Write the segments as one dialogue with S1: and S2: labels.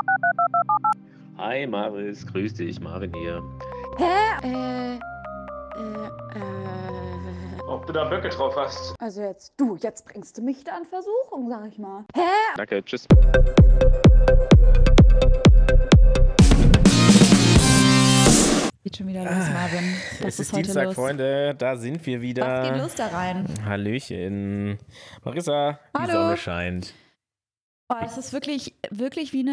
S1: Hi Maris, grüß dich, Marvin hier.
S2: Hä?
S1: Ob du da Böcke drauf hast?
S2: Also jetzt bringst du mich da in Versuchung, sag ich mal. Hä?
S1: Danke, tschüss.
S3: Geht schon wieder los, Marvin.
S4: Es ist Dienstag,
S3: los?
S4: Freunde, da sind wir wieder.
S3: Was geht los da rein?
S4: Hallöchen. Marissa,
S3: Hallo.
S4: Die Sonne scheint.
S3: Oh, es ist wirklich, wirklich wie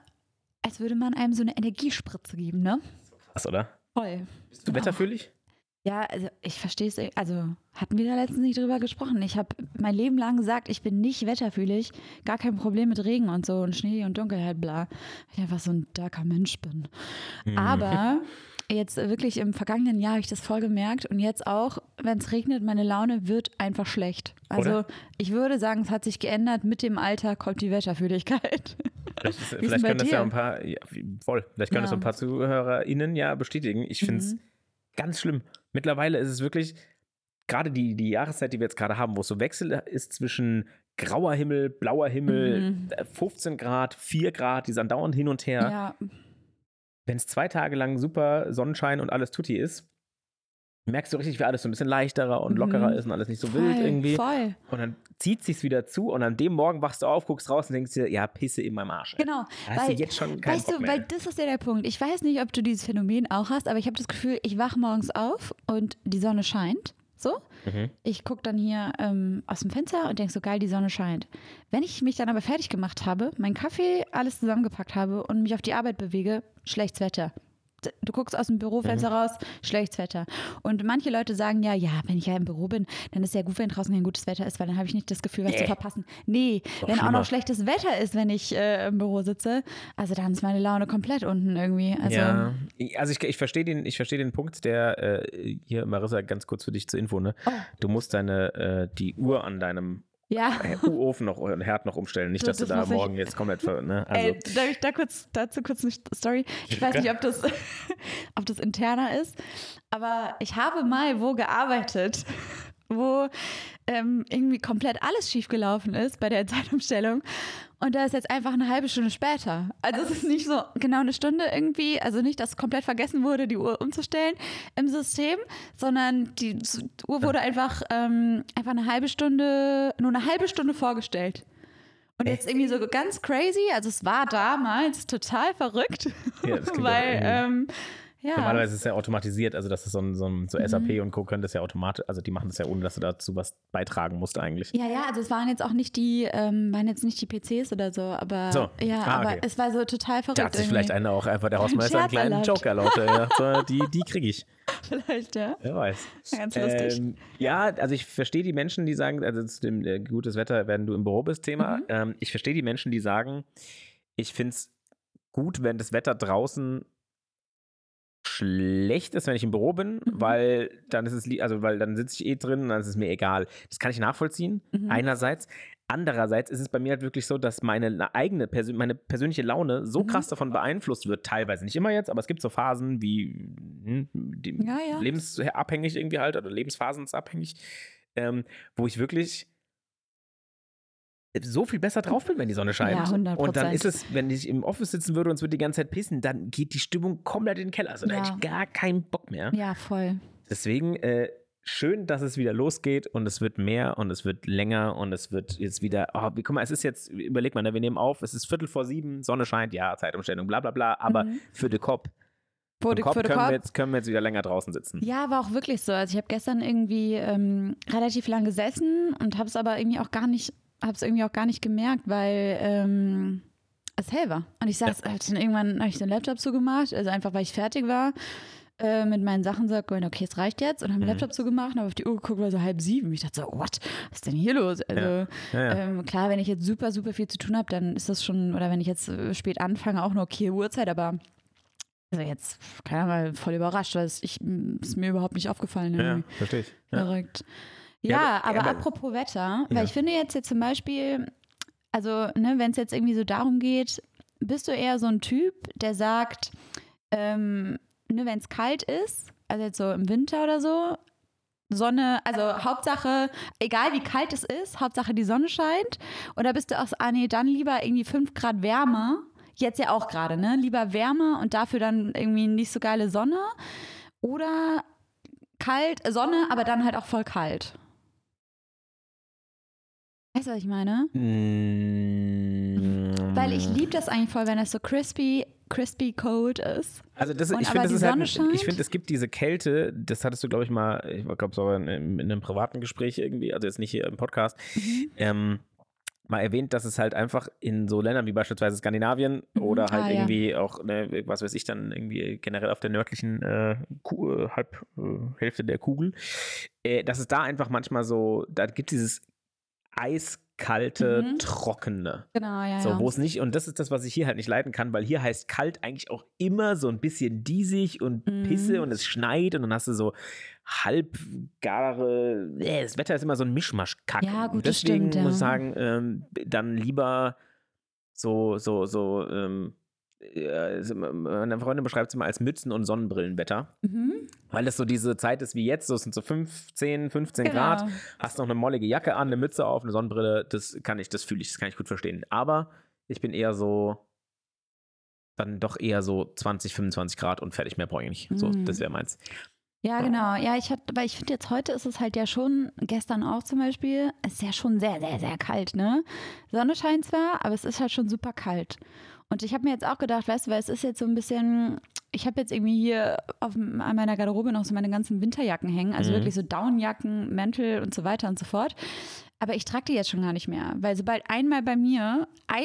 S3: als würde man einem so eine Energiespritze geben, ne?
S4: Krass, oder?
S3: Voll.
S4: Bist du wetterfühlig?
S3: Ja, also ich verstehe es, also hatten wir da letztens nicht drüber gesprochen. Ich habe mein Leben lang gesagt, ich bin nicht wetterfühlig, gar kein Problem mit Regen und so und Schnee und Dunkelheit, bla. Weil ich einfach so ein darker Mensch bin. Aber jetzt wirklich im vergangenen Jahr habe ich das voll gemerkt und jetzt auch, wenn es regnet, meine Laune wird einfach schlecht. Also
S4: Oder?
S3: ich würde sagen, es hat sich geändert, mit dem Alter kommt die Wetterfühligkeit.
S4: Vielleicht können das ja ein paar, vielleicht können das ein paar ZuhörerInnen ja bestätigen. Ich finde es ganz schlimm. Mittlerweile ist es wirklich, gerade die Jahreszeit, die wir jetzt gerade haben, wo es so Wechsel ist zwischen grauer Himmel, blauer Himmel, 15 Grad, 4 Grad, die sind dauernd hin und her.
S3: Ja.
S4: Wenn es 2 Tage lang super Sonnenschein und alles tutti ist, merkst du richtig, wie alles so ein bisschen leichterer und lockerer ist und alles nicht so wild irgendwie.
S3: Voll.
S4: Und dann zieht sich's wieder zu und an dem Morgen wachst du auf, guckst raus und denkst dir, ja, Pisse in meinem Arsch.
S3: Genau.
S4: Da hast du jetzt schon keinen Bock mehr.
S3: Weil das ist ja der Punkt. Ich weiß nicht, ob du dieses Phänomen auch hast, aber ich habe das Gefühl, ich wache morgens auf und die Sonne scheint. So. Ich gucke dann hier aus dem Fenster und denke so, geil, die Sonne scheint. Wenn ich mich dann aber fertig gemacht habe, meinen Kaffee, alles zusammengepackt habe und mich auf die Arbeit bewege, schlechtes Wetter. Du guckst aus dem Bürofenster raus, schlechtes Wetter. Und manche Leute sagen ja, wenn ich ja im Büro bin, dann ist ja gut, wenn draußen kein gutes Wetter ist, weil dann habe ich nicht das Gefühl, was zu verpassen. Nee, wenn
S4: schlimmer.
S3: auch noch schlechtes Wetter ist, wenn ich im Büro sitze, also dann ist meine Laune komplett unten irgendwie. Also,
S4: ja, also ich verstehe den Punkt, der hier, Marissa, ganz kurz für dich zur Info, ne? Du musst die Uhr an deinem Ofen und Herd noch umstellen, nicht, dass du da morgen jetzt komplett ne? Also,
S3: darf ich dazu kurz eine Story? Ich weiß nicht, ob das interner ist, aber ich habe mal wo gearbeitet, wo irgendwie komplett alles schiefgelaufen ist bei der Zeitumstellung. Und da ist jetzt einfach eine halbe Stunde später. Also es ist nicht so genau eine Stunde irgendwie, also nicht, dass komplett vergessen wurde, die Uhr umzustellen im System, sondern die Uhr wurde einfach nur eine halbe Stunde vorgestellt. Und jetzt irgendwie so ganz crazy, also es war damals total verrückt,
S4: ja, das klingt
S3: weil
S4: normalerweise ist es ja automatisiert, also das ist so SAP und Co. können das ja automatisch, also die machen das ja, ohne dass du dazu was beitragen musst eigentlich.
S3: Ja, also es waren jetzt auch nicht die PCs oder so, aber aber es war so total verrückt.
S4: Da hat sich
S3: irgendwie.
S4: vielleicht der Hausmeister einen kleinen Joker lauter, ja, die kriege ich.
S3: Vielleicht, ja.
S4: Wer weiß.
S3: Ganz lustig.
S4: Ja, also ich verstehe die Menschen, die sagen, also zu dem gutes Wetter, wenn du im Büro bist, Thema. Ich verstehe die Menschen, die sagen, ich finde es gut, wenn das Wetter draußen schlecht ist, wenn ich im Büro bin, weil dann ist weil dann sitze ich drin und dann ist es mir egal. Das kann ich nachvollziehen, einerseits. Andererseits ist es bei mir halt wirklich so, dass meine persönliche Laune so krass davon beeinflusst wird, teilweise nicht immer jetzt, aber es gibt so Phasen wie lebensabhängig irgendwie halt oder lebensphasenabhängig, wo ich wirklich so viel besser drauf bin, wenn die Sonne scheint.
S3: Ja, 100%.
S4: Und dann ist es, wenn ich im Office sitzen würde und es würde die ganze Zeit pissen, dann geht die Stimmung komplett in den Keller. Also da hätte ich gar keinen Bock mehr.
S3: Ja, voll.
S4: Deswegen schön, dass es wieder losgeht und es wird mehr und es wird länger und es wird jetzt wieder, guck mal, es ist jetzt, überleg mal, ne, wir nehmen auf, es ist 6:45, Sonne scheint, ja, Zeitumstellung, bla bla bla, aber für den Kopf. Für den Kopf können wir jetzt wieder länger draußen sitzen.
S3: Ja, war auch wirklich so. Also ich habe gestern irgendwie relativ lang gesessen und habe es aber irgendwie auch gar nicht gemerkt, weil es hell war. Und ich saß, irgendwann habe ich den Laptop zugemacht, also einfach, weil ich fertig war mit meinen Sachen, sag, okay, es reicht jetzt, und habe den Laptop zugemacht und habe auf die Uhr geguckt, war so 6:30. Ich dachte so, what? Was ist denn hier los? Also klar, wenn ich jetzt super, super viel zu tun habe, dann ist das schon, oder wenn ich jetzt spät anfange, auch eine okay Uhrzeit, aber also jetzt, keine Ahnung, voll überrascht, weil ist mir überhaupt nicht aufgefallen.
S4: Ja, verstehe ich. Ja.
S3: Verrückt. Ja, aber apropos Wetter, weil ich finde jetzt zum Beispiel, also wenn es jetzt irgendwie so darum geht, bist du eher so ein Typ, der sagt, wenn es kalt ist, also jetzt so im Winter oder so, Sonne, also Hauptsache, egal wie kalt es ist, Hauptsache die Sonne scheint, oder bist du auch so, nee, dann lieber irgendwie 5 Grad wärmer, Jetzt ja auch gerade, ne? Lieber Wärme und dafür dann irgendwie nicht so geile Sonne oder kalt, Sonne, aber dann halt auch voll kalt. Weißt du, was ich meine? Weil ich liebe das eigentlich voll, wenn es so crispy cold ist.
S4: Also ich finde, es gibt diese Kälte, das hattest du, glaube ich, mal, ich glaube, so in einem privaten Gespräch irgendwie, also jetzt nicht hier im Podcast, mal erwähnt, dass es halt einfach in so Ländern wie beispielsweise Skandinavien oder halt irgendwie auch, ne, was weiß ich, dann irgendwie generell auf der nördlichen Hälfte der Kugel, dass es da einfach manchmal so, da gibt es dieses eiskalte, trockene.
S3: Genau, ja.
S4: So, wo es nicht, und das ist das, was ich hier halt nicht leiden kann, weil hier heißt kalt eigentlich auch immer so ein bisschen diesig und Pisse und es schneit und dann hast du so halbgare, das Wetter ist immer so ein Mischmasch-Kack.
S3: Ja, gut,
S4: und deswegen
S3: das stimmt,
S4: muss ich sagen, dann lieber meine Freundin beschreibt es immer als Mützen- und Sonnenbrillenwetter. Weil es so diese Zeit ist wie jetzt, so es sind so 15 Grad, hast noch eine mollige Jacke an, eine Mütze auf, eine Sonnenbrille, das kann ich gut verstehen. Aber ich bin eher so, dann doch eher so 20, 25 Grad und fertig, mehr brauche ich nicht. So, das wäre meins.
S3: Ja, genau. Ja, weil ich finde jetzt heute ist es halt ja schon, gestern auch zum Beispiel, es ist ja schon sehr, sehr, sehr kalt, ne? Sonne scheint zwar, aber es ist halt schon super kalt. Und ich habe mir jetzt auch gedacht, weißt du, weil es ist jetzt so ein bisschen, ich habe jetzt irgendwie hier an meiner Garderobe noch so meine ganzen Winterjacken hängen, also wirklich so Downjacken, Mäntel und so weiter und so fort. Aber ich trage die jetzt schon gar nicht mehr, weil sobald einmal bei mir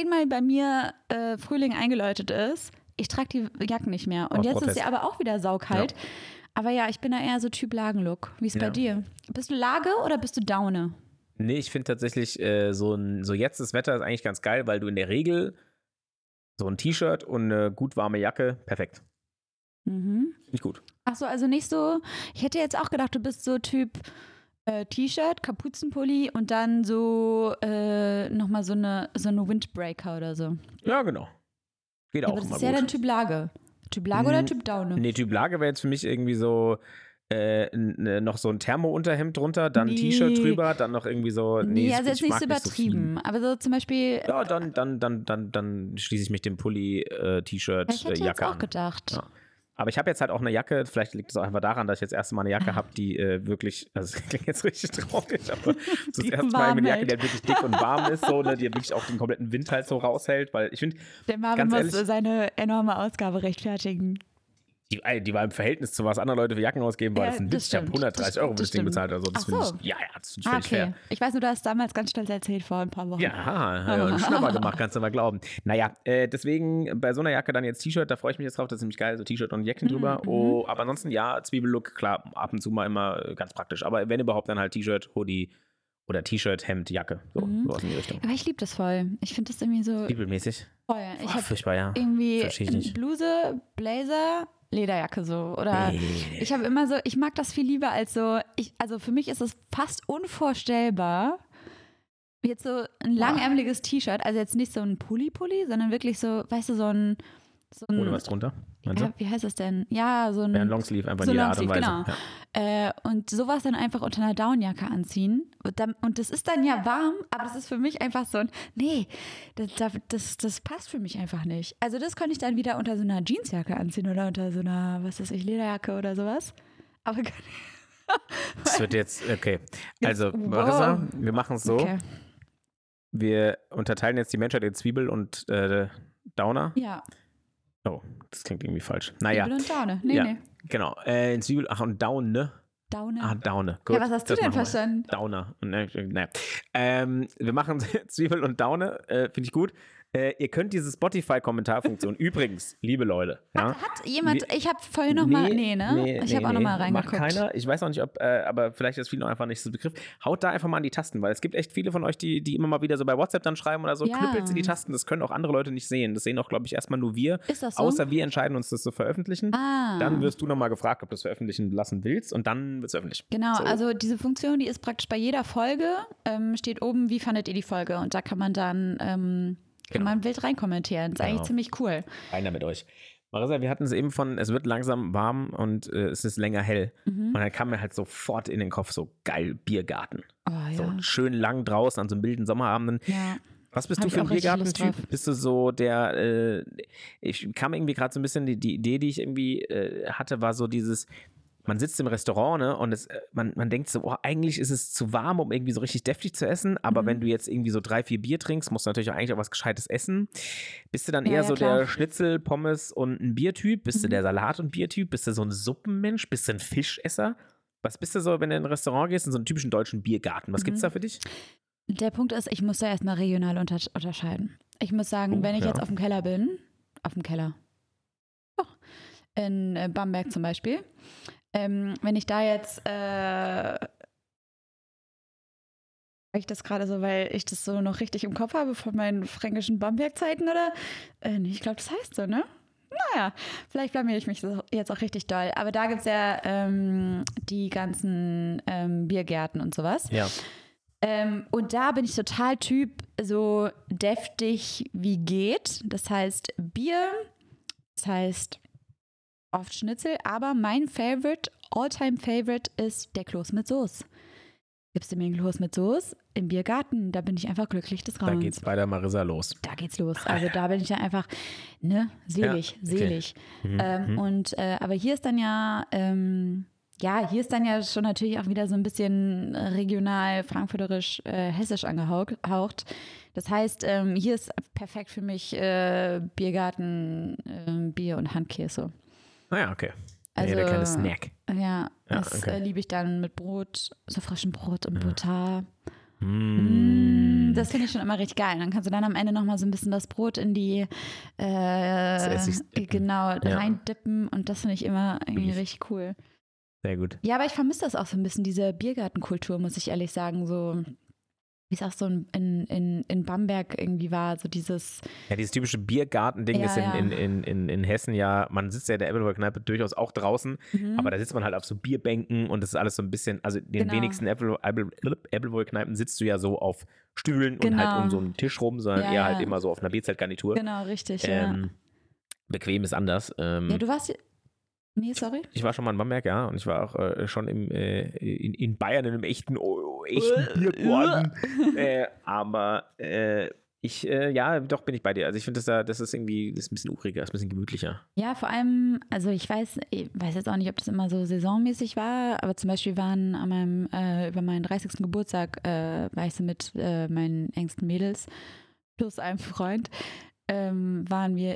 S3: Frühling eingeläutet ist, ich trage die Jacken nicht mehr. Und jetzt ist es ja aber auch wieder saukalt. Ja. Aber ja, ich bin da eher so Typ Lagenlook. Wie ist es bei dir? Bist du Lage oder bist du Daune?
S4: Nee, ich finde tatsächlich, so jetzt das Wetter ist eigentlich ganz geil, weil du in der Regel so ein T-Shirt und eine gut warme Jacke, perfekt. Finde ich gut.
S3: Ach so, also nicht so, ich hätte jetzt auch gedacht, du bist so Typ T-Shirt, Kapuzenpulli und dann so nochmal so eine Windbreaker oder so.
S4: Ja, genau. Geht auch
S3: aber das
S4: immer
S3: ist
S4: gut.
S3: Ja dann Typ Lage. Typ Lage oder Typ Daune?
S4: Nee, Typ Lage wäre jetzt für mich irgendwie so noch so ein Thermo-Unterhemd drunter, dann ein T-Shirt drüber, dann noch irgendwie so.
S3: Nee, also jetzt nicht so übertrieben. Aber so zum Beispiel.
S4: Ja, dann schließe ich mich dem Pulli, T-Shirt,
S3: ich hätte
S4: Jacke
S3: jetzt auch
S4: an.
S3: Gedacht.
S4: Ja. Aber ich habe jetzt halt auch eine Jacke, vielleicht liegt es auch einfach daran, dass ich jetzt das erste Mal eine Jacke habe, die wirklich, also das klingt jetzt richtig traurig, aber das erste Mal eine Jacke, die halt wirklich dick und warm ist, so, ne, die wirklich auch den kompletten Wind halt so raushält, weil ich finde,
S3: der Marvin muss seine enorme Ausgabe rechtfertigen.
S4: Die war im Verhältnis zu was andere Leute für Jacken ausgeben, war das ein Witz. Ich habe 130 Euro für das Ding bezahlt. Also das finde ich, das finde ich völlig fair.
S3: Ich weiß nur, du hast damals ganz stolz erzählt vor ein paar Wochen.
S4: Ja, einen Schnapper gemacht, kannst du mal glauben. Naja, deswegen bei so einer Jacke dann jetzt T-Shirt, da freue ich mich jetzt drauf, das ist nämlich geil, so T-Shirt und Jäckchen drüber. Oh, aber ansonsten ja, Zwiebellook, klar, ab und zu mal immer ganz praktisch. Aber wenn überhaupt, dann halt T-Shirt, Hoodie oder T-Shirt, Hemd, Jacke, so was in die Richtung.
S3: Aber ich liebe das voll. Ich finde das irgendwie so
S4: Zwiebelmäßig.
S3: Voll. Ich habe
S4: furchtbar, ja.
S3: Irgendwie Bluse, Blazer, Lederjacke so. Oder ich habe immer so, ich mag das viel lieber als so, also für mich ist es fast unvorstellbar, jetzt so ein langärmeliges T-Shirt, also jetzt nicht so ein Pulli, sondern wirklich so, weißt du, so ein
S4: ohne was drunter?
S3: Wie heißt das denn? Ja, so ein
S4: Longsleeve, einfach so in jeder Art und Weise.
S3: Genau. Ja. Und sowas dann einfach unter einer Downjacke anziehen. Und das ist dann ja warm, aber das ist für mich einfach so ein, nee, das passt für mich einfach nicht. Also das könnte ich dann wieder unter so einer Jeansjacke anziehen oder unter so einer, was weiß ich, Lederjacke oder sowas. Aber
S4: das wird jetzt, okay. Also, Marissa, wir machen es so. Okay. Wir unterteilen jetzt die Menschheit in Zwiebel und Downer.
S3: Ja.
S4: Oh, das klingt irgendwie falsch. Naja.
S3: Zwiebel und Daune. Nee.
S4: Genau. In Zwiebel, und Daune. Daune. Gut,
S3: ja, was hast du denn verstanden?
S4: Downer. Naja. Wir machen Zwiebel und Daune. Finde ich gut. Ihr könnt diese Spotify-Kommentarfunktion übrigens, liebe Leute. Ja,
S3: hat jemand, ich habe vorhin nochmal, ich habe auch nochmal reingeguckt.
S4: Macht keiner. Ich weiß auch nicht, ob, aber vielleicht ist vielen noch einfach nicht so Begriff. Haut da einfach mal an die Tasten, weil es gibt echt viele von euch, die immer mal wieder so bei WhatsApp dann schreiben oder so, knüppelt in die Tasten. Das können auch andere Leute nicht sehen. Das sehen auch, glaube ich, erstmal nur wir.
S3: Ist das so?
S4: Außer wir entscheiden uns, das zu veröffentlichen. Dann wirst du nochmal gefragt, ob du es veröffentlichen lassen willst und dann wird es öffentlich.
S3: Genau, so. Also diese Funktion, die ist praktisch bei jeder Folge, steht oben, wie fandet ihr die Folge? Und da kann man dann kann man wild reinkommentieren. Das ist eigentlich ziemlich cool.
S4: Einer mit euch. Marissa, wir hatten es eben von, es wird langsam warm und es ist länger hell. Und dann kam mir halt sofort in den Kopf so geil, Biergarten.
S3: Oh, ja.
S4: So schön lang draußen an so milden Sommerabenden.
S3: Ja.
S4: Was bist du für ein Biergartentyp? Bist du so der, ich kam irgendwie gerade so ein bisschen, die Idee, die ich irgendwie hatte, war so dieses, man sitzt im Restaurant, ne, und man denkt so, oh, eigentlich ist es zu warm, um irgendwie so richtig deftig zu essen, aber wenn du jetzt irgendwie so 3, 4 Bier trinkst, musst du natürlich auch eigentlich auch was Gescheites essen. Bist du dann eher so klar. Der Schnitzel, Pommes und ein Biertyp? Bist du der Salat- und Biertyp? Bist du so ein Suppenmensch? Bist du ein Fischesser? Was bist du so, wenn du in ein Restaurant gehst, in so einen typischen deutschen Biergarten? Was gibt's da für dich?
S3: Der Punkt ist, ich muss da erstmal regional unterscheiden. Ich muss sagen, wenn ich jetzt auf dem Keller bin, in Bamberg zum Beispiel, wenn ich da jetzt, ich das gerade so, weil ich das so noch richtig im Kopf habe von meinen fränkischen Bamberg-Zeiten, oder? Nee, ich glaube, das heißt so, ne? Naja, vielleicht blamiere ich mich jetzt auch richtig doll. Aber da gibt es ja die ganzen Biergärten und sowas.
S4: Ja.
S3: Und da bin ich total Typ so deftig wie geht. Das heißt Bier, das heißt oft Schnitzel, aber mein Favorite, All-Time-Favorite ist der Kloß mit Soße. Gibst du mir einen Kloß mit Soße im Biergarten, da bin ich einfach glücklich des Grauens.
S4: Da geht's bei der Marissa los.
S3: Da geht's los. Also da bin ich dann einfach, ne, selig. Aber hier ist dann ja, hier ist dann ja schon natürlich auch wieder so ein bisschen regional, frankfurterisch, hessisch angehaucht. Das heißt, hier ist perfekt für mich Biergarten, Bier und Handkäse.
S4: Naja, okay. Also, der kleine Snack.
S3: Ja, das liebe ich dann mit Brot, so frischem Brot und Butter. Das finde ich schon immer richtig geil. Dann kannst du dann am Ende nochmal so ein bisschen das Brot in die reindippen und das finde ich immer irgendwie richtig cool.
S4: Sehr gut.
S3: Ja, aber ich vermisse das auch so ein bisschen, diese Biergartenkultur, muss ich ehrlich sagen, so wie es auch so in Bamberg irgendwie war, so dieses...
S4: Ja, dieses typische Biergarten-Ding ist in Hessen ja, man sitzt ja in der Appleboy-Kneipe durchaus auch draußen, aber da sitzt man halt auf so Bierbänken und das ist alles so ein bisschen, also in den wenigsten Appleboy-Kneipen sitzt du ja so auf Stühlen und halt um so einen Tisch rum, sondern eher halt immer so auf einer B-Zelt-Garnitur.
S3: Genau, richtig,
S4: Bequem ist anders.
S3: Ja, du warst... Nee, sorry.
S4: Ich war schon mal in Bamberg, ja, und ich war auch schon in Bayern in einem echten Biergarten. Aber doch bin ich bei dir. Also ich finde, das ist irgendwie, das ist ein bisschen uriger, das ist ein bisschen gemütlicher.
S3: Ja, vor allem, also ich weiß jetzt auch nicht, ob das immer so saisonmäßig war, aber zum Beispiel waren über meinen 30. Geburtstag, war ich so mit meinen engsten Mädels plus einem Freund, waren wir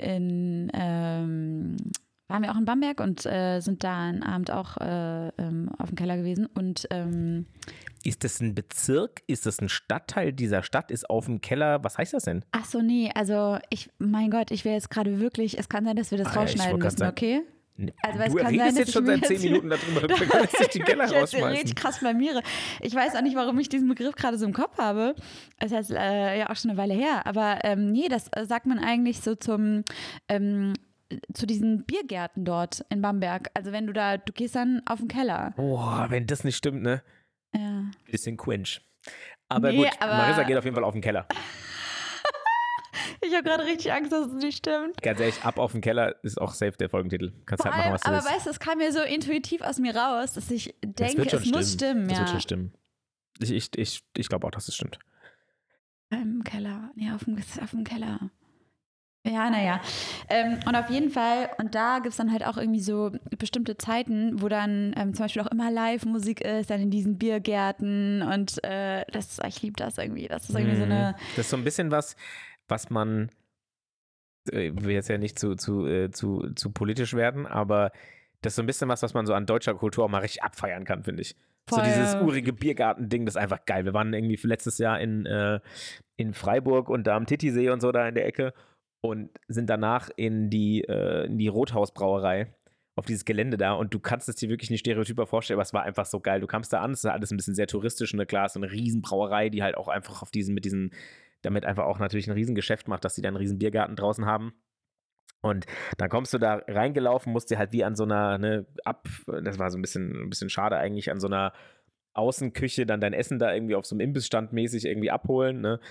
S3: auch in Bamberg und sind da einen Abend auch auf dem Keller gewesen. Und
S4: ist das ein Bezirk? Ist das ein Stadtteil dieser Stadt? Ist auf dem Keller? Was heißt das denn?
S3: Ach so, nee. Also mein Gott, ich will jetzt gerade wirklich, es kann sein, dass wir das rausschneiden müssen, okay?
S4: Also, du redest jetzt schon seit 10 Minuten darüber, du kannst nicht den Keller rausschmeißen.
S3: Ich richtig krass blamiere. Ich weiß auch nicht, warum ich diesen Begriff gerade so im Kopf habe. Das heißt, ja auch schon eine Weile her. Aber nee, das sagt man eigentlich so zu diesen Biergärten dort in Bamberg. Also wenn du gehst dann auf den Keller.
S4: Boah, wenn das nicht stimmt, ne?
S3: Ja.
S4: Bisschen cringe. Aber gut, Marissa geht auf jeden Fall auf den Keller.
S3: Ich habe gerade richtig Angst, dass es nicht stimmt.
S4: Ganz ehrlich, ab auf den Keller ist auch safe der Folgentitel. Kannst halt machen, was du willst.
S3: Aber weißt du, es kam mir so intuitiv aus mir raus, dass ich denke, es muss stimmen.
S4: Das wird schon stimmen. Ich glaube auch, dass es stimmt.
S3: Im Keller. Nee, auf dem Keller. Ja, naja. Und auf jeden Fall, und da gibt es dann halt auch irgendwie so bestimmte Zeiten, wo dann zum Beispiel auch immer Live-Musik ist, dann in diesen Biergärten und ich liebe das irgendwie. Das ist irgendwie so eine...
S4: Das ist so ein bisschen was man, ich will jetzt ja nicht zu politisch werden, aber das ist so ein bisschen was man so an deutscher Kultur auch mal richtig abfeiern kann, finde ich. Voll. So dieses urige Biergarten-Ding, das ist einfach geil. Wir waren irgendwie für letztes Jahr in Freiburg und da am Titisee und so da in der Ecke und sind danach in die Rothausbrauerei auf dieses Gelände da und du kannst es dir wirklich nicht stereotyper vorstellen, aber es war einfach so geil. Du kamst da an, es ist alles ein bisschen sehr touristisch und klar, so eine Riesenbrauerei, die halt auch einfach damit einfach auch natürlich ein Riesengeschäft macht, dass sie da einen riesen Biergarten draußen haben. Und dann kommst du da reingelaufen, musst dir halt wie an so einer, das war so ein bisschen schade eigentlich, an so einer Außenküche dann dein Essen da irgendwie auf so einem Imbissstand mäßig irgendwie abholen, ne?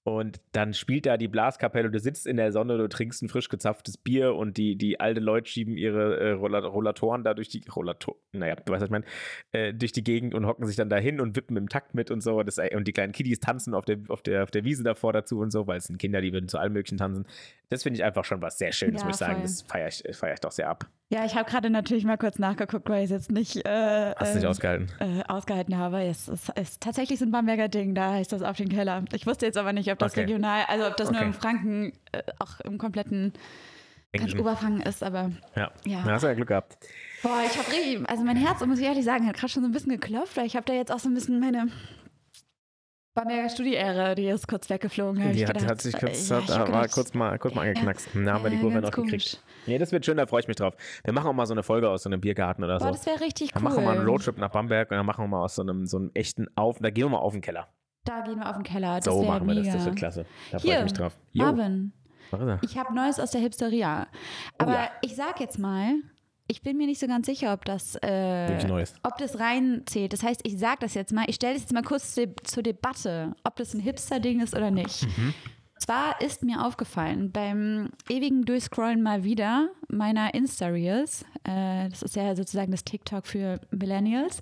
S4: Und dann spielt da die Blaskapelle, du sitzt in der Sonne, du trinkst ein frisch gezapftes Bier und die alten Leute schieben ihre Rollatoren da durch die du weißt, was ich meine, durch die Gegend und hocken sich dann dahin und wippen im Takt mit und so. Und die kleinen Kiddies tanzen auf der Wiese davor dazu und so, weil es sind Kinder, die würden zu allem Möglichen tanzen. Das finde ich einfach schon was sehr Schönes, muss ich sagen. Das feiere ich doch sehr ab.
S3: Ja, ich habe gerade natürlich mal kurz nachgeguckt, weil ich es jetzt nicht,
S4: Hast du nicht
S3: ausgehalten habe. Es ist tatsächlich so ein Bamberger Ding, da heißt das auf den Keller. Ich wusste jetzt aber nicht, ob das regional, also ob das nur im Franken, auch im kompletten Oberfranken ist, aber
S4: ja. Hast du ja Glück gehabt.
S3: Boah, ich habe richtig, also mein Herz, muss ich ehrlich sagen, hat gerade schon so ein bisschen geklopft, weil ich habe da jetzt auch so ein bisschen meine Bamberger Studi-Ära, die ist kurz weggeflogen.
S4: Die hat sich kurz mal angeknackst. Da haben wir die Kurve noch gekriegt. Nee, das wird schön, da freue ich mich drauf. Wir machen auch mal so eine Folge aus so einem Biergarten oder so.
S3: Boah, das wäre richtig cool.
S4: Dann machen wir mal einen Roadtrip nach Bamberg und dann machen wir mal aus so einem echten da gehen wir mal auf den Keller.
S3: Da gehen wir auf den Keller, das
S4: so
S3: wäre
S4: machen wir
S3: mega.
S4: Das wird klasse. Da freue ich mich drauf.
S3: Marvin, ich habe Neues aus der Hipsteria. Aber ich sag jetzt mal, ich bin mir nicht so ganz sicher, ob das reinzählt. Das heißt, ich sage das jetzt mal, ich stelle das jetzt mal kurz zur Debatte, ob das ein Hipster-Ding ist oder nicht. Zwar ist mir aufgefallen, beim ewigen Durchscrollen mal wieder meiner Insta-Reels, das ist ja sozusagen das TikTok für Millennials,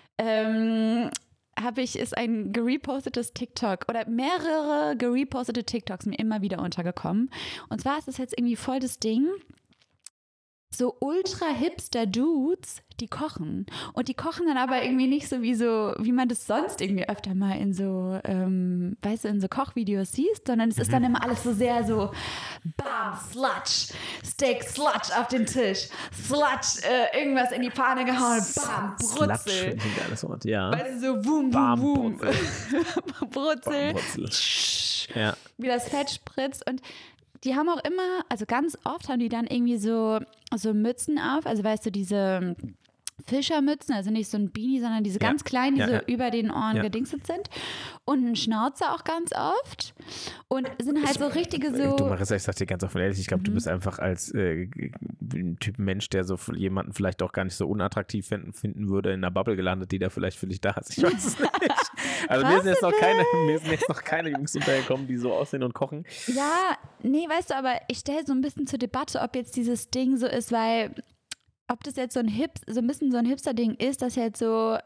S3: ist ein gerepostetes TikTok oder mehrere gerepostete TikToks mir immer wieder untergekommen. Und zwar ist das jetzt irgendwie voll das Ding, so Ultra-Hipster-Dudes, die kochen. Und die kochen dann aber irgendwie nicht so, wie man das sonst irgendwie öfter mal in so, in so Kochvideos siehst, sondern es ist dann immer alles so sehr so, bam, Slutsch, Steak, Slutsch auf den Tisch, Slutsch, irgendwas in die Pfanne gehauen, bam, Brutzel.
S4: Slutsch, ein geiles Wort, ja.
S3: Weißt du, so boom,
S4: bam,
S3: boom, boom. Brutzel.
S4: Ja.
S3: Wie das Fett spritzt und die haben auch immer, also ganz oft haben die dann irgendwie so Mützen auf, also weißt du, diese Fischermützen, also nicht so ein Beanie, sondern diese ganz kleinen, die so über den Ohren gedingset sind. Und einen Schnauzer auch ganz oft. Und sind halt so richtige so...
S4: Du Marissa, ich sag dir ganz offen ehrlich, ich glaube, du bist einfach als Typ Mensch, der so jemanden vielleicht auch gar nicht so unattraktiv finden würde, in einer Bubble gelandet, die da vielleicht für dich da ist. Ich weiß es nicht. Also mir sind jetzt noch keine Jungs untergekommen, die so aussehen und kochen.
S3: Ja, nee, weißt du, aber ich stelle so ein bisschen zur Debatte, ob jetzt dieses Ding so ist, weil... Ob das jetzt so ein bisschen so ein Hipster-Ding ist, dass jetzt so,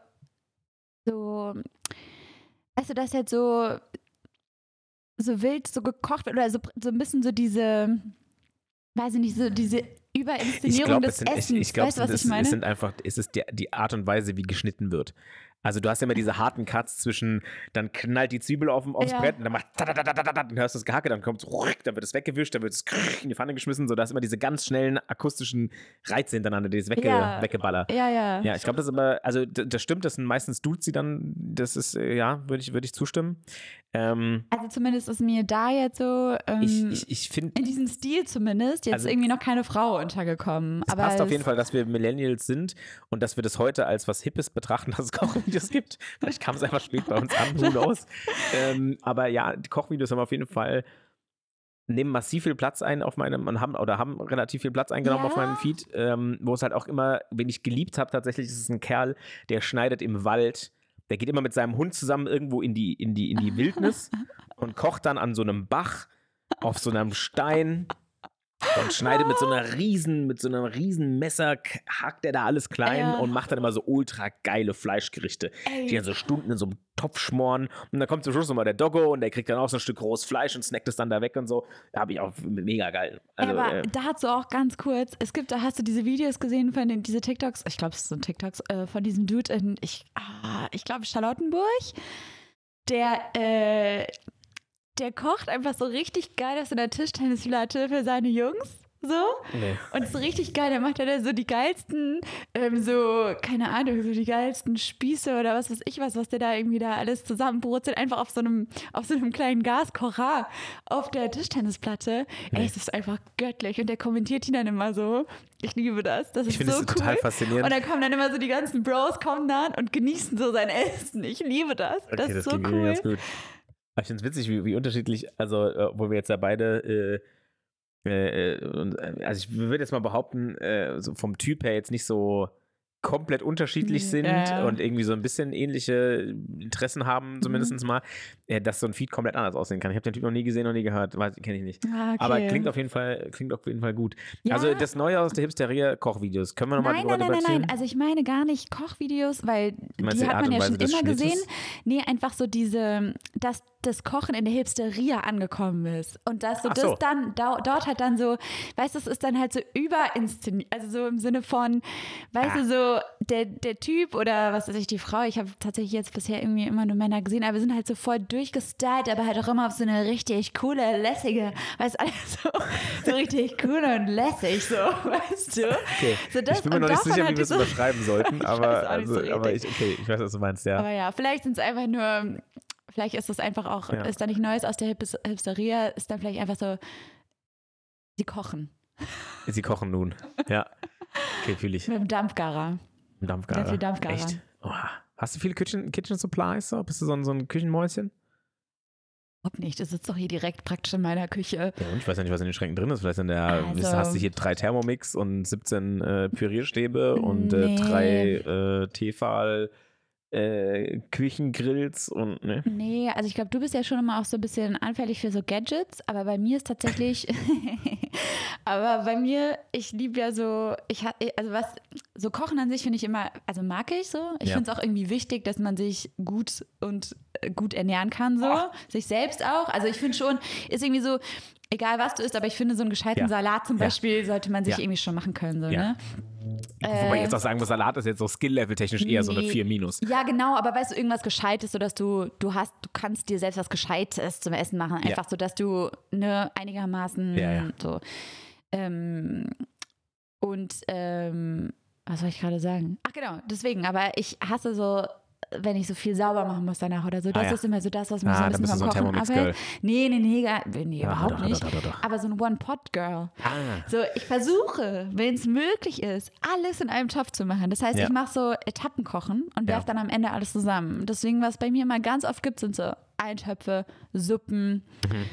S3: weißt du, dass jetzt so wild so gekocht wird oder so ein bisschen so diese, weiß ich nicht, so diese Überinszenierung des Essens.
S4: Ich glaube,
S3: weißt du, was ich meine?
S4: Es ist die Art und Weise, wie geschnitten wird. Also du hast ja immer diese harten Cuts zwischen, dann knallt die Zwiebel aufs Brett und dann macht dann hörst du das Gehacke, dann kommt es, dann wird es weggewischt, dann wird es in die Pfanne geschmissen, so da ist immer diese ganz schnellen akustischen Reize hintereinander, die ist weggeballer.
S3: Ja.
S4: Ja, ich glaube, das ist immer, also das stimmt, das sind meistens Dudes, die dann, das ist, würde ich zustimmen.
S3: Also zumindest ist mir da jetzt so,
S4: ich finde,
S3: in diesem Stil zumindest, jetzt irgendwie noch keine Frau untergekommen.
S4: Es passt auf jeden Fall, dass wir Millennials sind und dass wir das heute als was Hippes betrachten, dass es Kochvideos gibt. Vielleicht kam es einfach spät bei uns an, who knows. Aber ja, die Kochvideos haben auf jeden Fall, nehmen massiv viel Platz ein auf meinem, haben relativ viel Platz eingenommen auf meinem Feed, wo es halt auch immer, wen ich geliebt habe, tatsächlich ist es ein Kerl, der schneidet im Wald. Der geht immer mit seinem Hund zusammen irgendwo in die Wildnis und kocht dann an so einem Bach auf so einem Stein und schneidet mit so einem riesen Messer, hackt er da alles klein und macht dann immer so ultra geile Fleischgerichte, die dann so Stunden in so einem Topf schmoren und dann kommt zum Schluss nochmal der Doggo und der kriegt dann auch so ein Stück rohes Fleisch und snackt es dann da weg und so. Da habe ich auch mega geil. Also,
S3: aber dazu auch ganz kurz, da hast du diese Videos gesehen von diese TikToks, ich glaube es sind TikToks, von diesem Dude in, ich glaube Charlottenburg, der kocht einfach so richtig geil auf so einer Tischtennisplatte für seine Jungs. So.
S4: Nee.
S3: Und so richtig geil, da macht er da so die geilsten, keine Ahnung, so die geilsten Spieße oder was weiß ich was der da irgendwie da alles zusammenbrutzelt, einfach auf so einem kleinen Gaskocher auf der Tischtennisplatte.
S4: Nee.
S3: Ey, es ist einfach göttlich. Und der kommentiert ihn dann immer so. Ich liebe das. Das ist so cool.
S4: Total faszinierend.
S3: Und dann kommen dann immer so die ganzen Bros, kommen dann und genießen so sein Essen. Ich liebe das. Okay, das ist so cool.
S4: Ganz gut. Ich finde es witzig, wie unterschiedlich, also wo wir jetzt ja beide also ich würde jetzt mal behaupten, so vom Typ her jetzt nicht so komplett unterschiedlich sind und irgendwie so ein bisschen ähnliche Interessen haben, zumindest mal, dass so ein Feed komplett anders aussehen kann. Ich habe den Typ noch nie gesehen, noch nie gehört, kenne ich nicht.
S3: Okay.
S4: Aber klingt auf jeden Fall gut. Ja. Also das Neue aus der Hipsteria, Kochvideos. Können wir nochmal drüber debattieren?
S3: Nein. Also ich meine gar nicht Kochvideos, weil die hat man ja schon immer gesehen. Nee, einfach so dass das Kochen in der Hipsteria angekommen ist. Und dass das dann dort halt dann so, weißt du, es ist dann halt so überinszeniert. Also so im Sinne von, weißt du, so der Typ oder was weiß ich, die Frau, ich habe tatsächlich jetzt bisher irgendwie immer nur Männer gesehen, aber wir sind halt so voll durchgestylt, aber halt auch immer auf so eine richtig coole, lässige, weißt du, alles so richtig cool und lässig, so, weißt du?
S4: Okay.
S3: So das,
S4: ich bin mir noch nicht sicher, wie wir es
S3: so
S4: überschreiben sollten, aber ich weiß, was du meinst, ja.
S3: Aber ja, vielleicht sind es einfach nur, vielleicht ist es einfach auch, ist da nicht Neues aus der Hipsteria, ist dann vielleicht einfach so, sie kochen.
S4: Sie kochen nun, ja. Okay, fühle ich.
S3: Mit dem Dampfgarer. Sehr viel Dampfgarer.
S4: Echt? Oh. Hast du viele Kitchen Supplies? So? Bist du so ein Küchenmäuschen?
S3: Überhaupt nicht. Das sitzt doch hier direkt praktisch in meiner Küche.
S4: Ja, und ich weiß ja nicht, was in den Schränken drin ist. Vielleicht hast du hier 3 Thermomix und 17 Pürierstäbe und 3 Tefal Küchengrills und ne?
S3: Nee, also ich glaube, du bist ja schon immer auch so ein bisschen anfällig für so Gadgets, aber bei mir ist tatsächlich ich liebe ja so, so Kochen an sich finde ich immer, also mag ich so. Ich finde es auch irgendwie wichtig, dass man sich gut ernähren kann, so. Sich selbst auch. Also ich finde schon, ist irgendwie so, egal was du isst, aber ich finde, so einen gescheiten Salat zum Beispiel sollte man sich irgendwie schon machen können, so, ne?
S4: Wobei ich jetzt auch sagen muss, Salat ist jetzt so Skill-Level-technisch eher so eine 4-.
S3: Ja, genau, aber weißt du, irgendwas Gescheites, sodass du kannst dir selbst was Gescheites zum Essen machen. Einfach so, dass du einigermaßen so. Was soll ich gerade sagen? Ach genau, deswegen, aber ich hasse so, wenn ich so viel sauber machen muss danach oder so. Das ist immer so das, was mich so ein bisschen beim Kochen abhält. Nee, überhaupt nicht.
S4: Doch.
S3: Aber so ein One-Pot-Girl. So, ich versuche, wenn es möglich ist, alles in einem Topf zu machen. Das heißt, ich mache so Etappenkochen und werfe dann am Ende alles zusammen. Deswegen, was bei mir immer ganz oft gibt, sind so Eintöpfe, Suppen,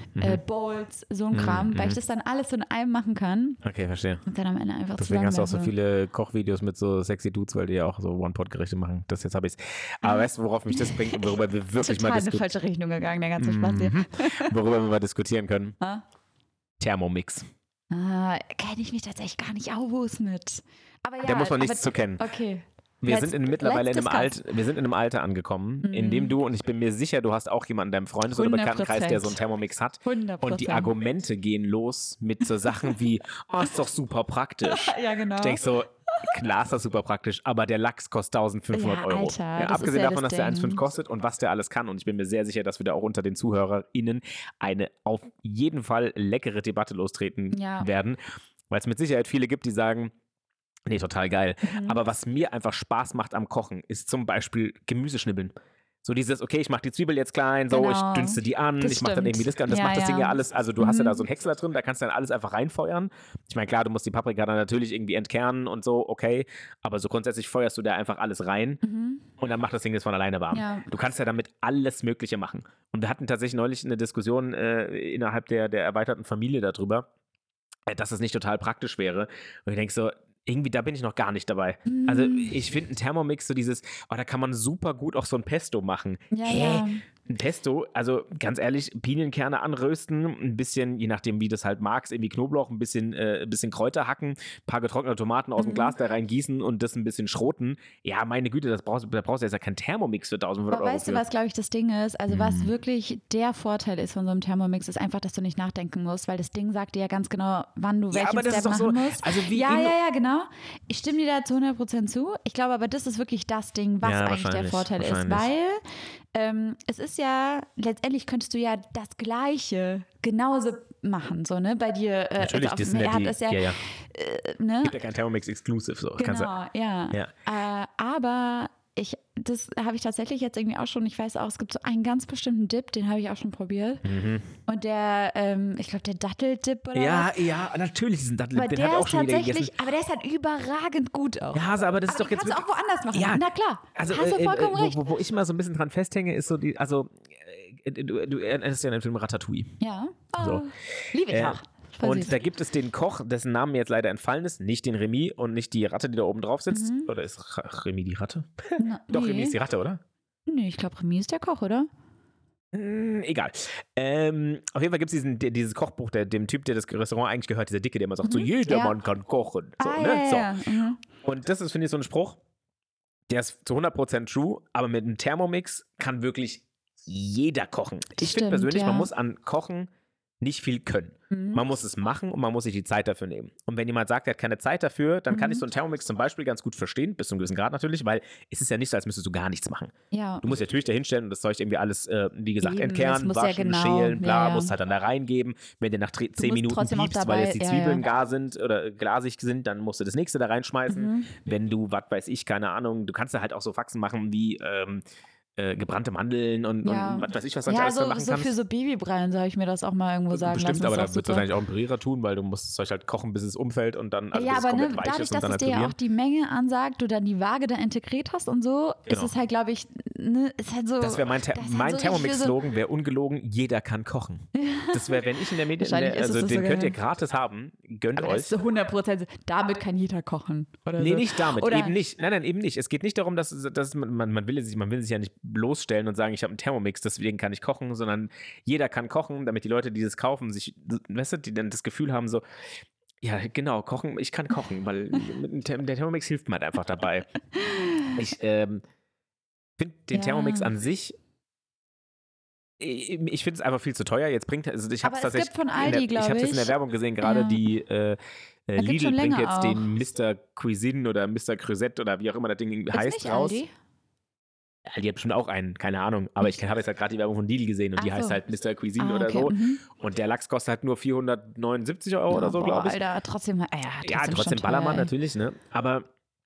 S3: Bowls, so ein Kram, weil ich das dann alles so in einem machen kann.
S4: Okay, verstehe.
S3: Und dann am Ende einfach
S4: Deswegen hast du auch so viele Kochvideos mit so sexy Dudes, weil die ja auch so One-Pot-Gerichte machen. Jetzt habe ich es. Aber weißt du, worauf mich das bringt und worüber wir wirklich
S3: total in die falsche Richtung gegangen, der ganze Spaß hier.
S4: Worüber wir mal diskutieren können. Thermomix.
S3: Kenne ich mich tatsächlich gar nicht aus mit. Aber ja,
S4: da muss man nichts zu kennen.
S3: Okay.
S4: Wir sind mittlerweile in einem Alter angekommen, in dem du, und ich bin mir sicher, du hast auch jemanden in deinem Freundes- oder Bekanntenkreis, der so einen Thermomix hat.
S3: 100%.
S4: Und die Argumente gehen los mit so Sachen wie, ist doch super praktisch.
S3: Ja, genau.
S4: Ich denke so, klar ist das super praktisch, aber der Lachs kostet 1.500 Euro.
S3: Alter,
S4: abgesehen davon, dass der 1,5 kostet und was der alles kann. Und ich bin mir sehr sicher, dass wir da auch unter den ZuhörerInnen eine auf jeden Fall leckere Debatte lostreten werden. Weil es mit Sicherheit viele gibt, die sagen, nee, total geil. Aber was mir einfach Spaß macht am Kochen, ist zum Beispiel Gemüseschnibbeln. So dieses, okay, ich mache die Zwiebel jetzt klein, so, ich dünste die an, ich mache dann irgendwie das macht das Ding ja alles, also du hast ja da so einen Häcksler drin, da kannst du dann alles einfach reinfeuern. Ich meine, klar, du musst die Paprika dann natürlich irgendwie entkernen und so, okay, aber so grundsätzlich feuerst du da einfach alles rein und dann macht das Ding das von alleine warm. Ja. Du kannst ja damit alles Mögliche machen. Und wir hatten tatsächlich neulich eine Diskussion innerhalb der erweiterten Familie darüber, dass es nicht total praktisch wäre. Und ich denke so, irgendwie, da bin ich noch gar nicht dabei. Also ich finde ein Thermomix so dieses, da kann man super gut auch so ein Pesto machen. Ja. Ein Pesto, also ganz ehrlich, Pinienkerne anrösten, ein bisschen, je nachdem wie du das halt magst, irgendwie Knoblauch, ein bisschen Kräuter hacken, ein paar getrocknete Tomaten aus dem Glas da reingießen und das ein bisschen schroten. Ja, meine Güte, da brauchst du jetzt ja keinen Thermomix für 1.500 Euro.
S3: Weißt du, was, glaube ich, das Ding ist? Also was wirklich der Vorteil ist von so einem Thermomix, ist einfach, dass du nicht nachdenken musst, weil das Ding sagt dir ja ganz genau, wann du welchen Step machen musst.
S4: Also wie
S3: ja, genau. Ich stimme dir da zu 100% zu. Ich glaube aber, das ist wirklich das Ding, was eigentlich der Vorteil ist, weil es ist ja, letztendlich könntest du ja das Gleiche genauso machen, so, ne, bei dir.
S4: Natürlich, das sind
S3: ne?
S4: Gibt ja kein Thermomix Exclusive, so.
S3: Genau, aber das habe ich tatsächlich jetzt irgendwie auch schon, ich weiß auch, es gibt so einen ganz bestimmten Dip, den habe ich auch schon probiert. Und der, ich glaube, der Datteldip oder was?
S4: Ja, natürlich diesen Datteldip, den hat auch schon wieder gegessen.
S3: Aber der ist halt überrand gut auch.
S4: Ja, aber das ist doch jetzt
S3: kannst du auch woanders machen.
S4: Ja,
S3: na klar,
S4: also,
S3: hast du vollkommen recht.
S4: Wo ich mal so ein bisschen dran festhänge, ist so du erinnerst ja an den Film Ratatouille.
S3: Ja,
S4: so.
S3: Liebe ich auch.
S4: Und da gibt es den Koch, dessen Name mir jetzt leider entfallen ist, nicht den Remy und nicht die Ratte, die da oben drauf sitzt. Oder ist Remy die Ratte? Doch, Remy ist die Ratte, oder?
S3: Nee, ich glaube, Remy ist der Koch, oder?
S4: Egal. Auf jeden Fall gibt es dieses Kochbuch, dem Typ, der das Restaurant eigentlich gehört, dieser Dicke, der immer sagt, so jeder Mann kann kochen. So, ne? Und das ist, finde ich, so ein Spruch, der ist zu 100% true, aber mit einem Thermomix kann wirklich jeder kochen. Ich finde persönlich, man muss an Kochen nicht viel können. Man muss es machen und man muss sich die Zeit dafür nehmen. Und wenn jemand sagt, er hat keine Zeit dafür, dann kann ich so einen Thermomix zum Beispiel ganz gut verstehen, bis zu einem gewissen Grad natürlich, weil es ist ja nicht so, als müsstest du gar nichts machen. Ja. Du musst natürlich da hinstellen und das Zeug irgendwie alles, wie gesagt, entkernen, waschen, schälen, bla, musst halt dann da reingeben. Wenn der nach 10 Minuten piepst, weil jetzt die Zwiebeln gar sind oder glasig sind, dann musst du das nächste da reinschmeißen. Wenn du, was weiß ich, keine Ahnung, du kannst da halt auch so Faxen machen wie gebrannte Mandeln und was weiß ich, was du alles machen kannst. Ja,
S3: so für so Babybrei, soll ich mir das auch mal irgendwo sagen lassen.
S4: Bestimmt, aber da wird es wahrscheinlich auch ein Pürierer tun, weil du musst das Zeug halt kochen, bis es umfällt und dann bis es komplett weich
S3: dadurch,
S4: ist und dann
S3: halt dass es dir auch die Menge ansagt, du dann die Waage da integriert hast und so, ist es halt, glaube ich, ist halt so.
S4: Das wäre mein Thermomix-Slogan, wäre ungelogen, jeder kann kochen. Das wäre, wenn ich in der Medien, also den könnt ihr gratis haben, gönnt euch.
S3: Das ist so 100%, damit kann jeder kochen. Oder
S4: nee,
S3: so.
S4: Nicht damit, oder eben nicht. Nein, eben nicht. Es geht nicht darum, dass man will sich ja nicht bloßstellen und sagen, ich habe einen Thermomix, deswegen kann ich kochen, sondern jeder kann kochen, damit die Leute, die das kaufen, sich, weißt du, die dann das Gefühl haben, so, ja, genau, kochen, ich kann kochen, weil der Thermomix hilft mir halt einfach dabei. Ich finde den Thermomix an sich, ich finde es einfach viel zu teuer. Jetzt ich habe es tatsächlich
S3: von Aldi,
S4: ich habe es in der Werbung gesehen, gerade die Lidl bringt jetzt auch den Mr. Cuisine oder Mr. Creuset oder wie auch immer das Ding heißt raus.
S3: Aldi?
S4: Aldi hat bestimmt auch einen, keine Ahnung. Aber ich habe jetzt halt gerade die Werbung von Lidl gesehen und die heißt halt Mr. Cuisine oder so. Und der Lachs kostet halt nur 479 € oder so, glaube ich.
S3: Alter, trotzdem
S4: trotzdem Ballermann natürlich, ne? Aber